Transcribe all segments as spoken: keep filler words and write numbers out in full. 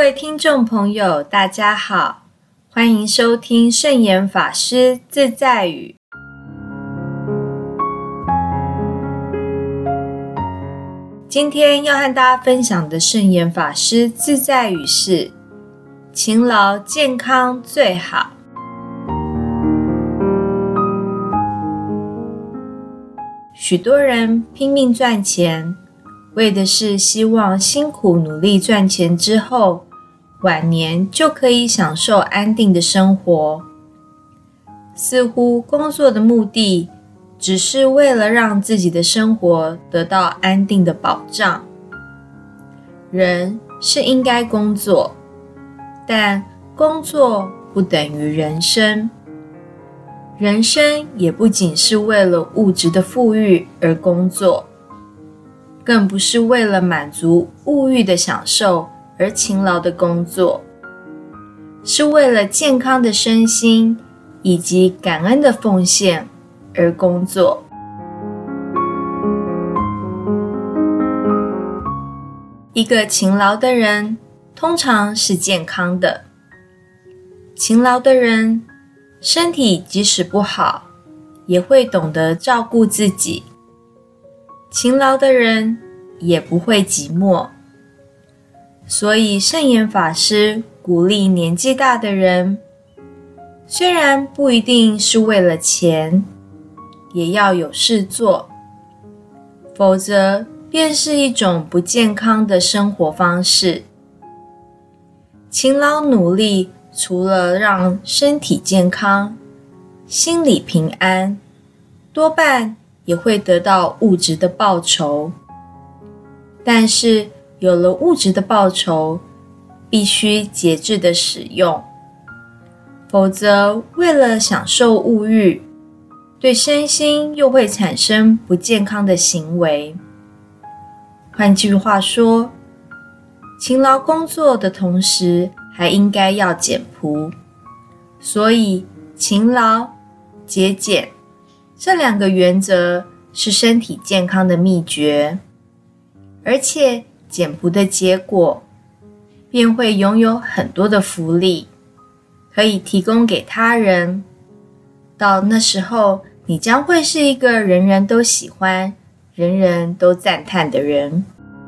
位听众朋友，大家好，欢迎收听圣严法师自在语。今天要和大家分享的圣严法师自在语是：勤劳健康最好。许多人拼命赚钱，为的是希望辛苦努力赚钱之后，晚年就可以享受安定的生活。似乎工作的目的只是为了让自己的生活得到安定的保障。人是应该工作，但工作不等于人生。人生也不仅是为了物质的富裕而工作，更不是为了满足物欲的享受而勤劳的工作，是为了健康的身心以及感恩的奉献而工作。一个勤劳的人通常是健康的。勤劳的人身体即使不好，也会懂得照顾自己。勤劳的人也不会寂寞。所以圣严法师鼓励年纪大的人，虽然不一定是为了钱，也要有事做，否则便是一种不健康的生活方式。勤劳努力除了让身体健康，心理平安，多半也会得到物质的报酬。但是有了物质的报酬，必须节制的使用，否则为了享受物欲，对身心又会产生不健康的行为。换句话说，勤劳工作的同时还应该要简朴。所以勤劳、节俭这两个原则是身体健康的秘诀，而且简朴的结果便会拥有很多的福利，可以提供给他人。到那时候，你将会是一个人人都喜欢、人人都赞叹的人。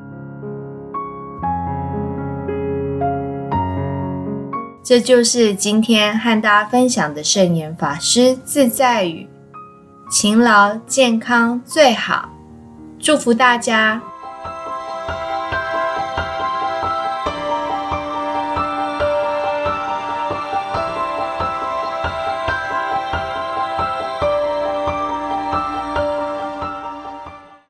这就是今天和大家分享的圣严法师自在语：勤劳健康最好。祝福大家。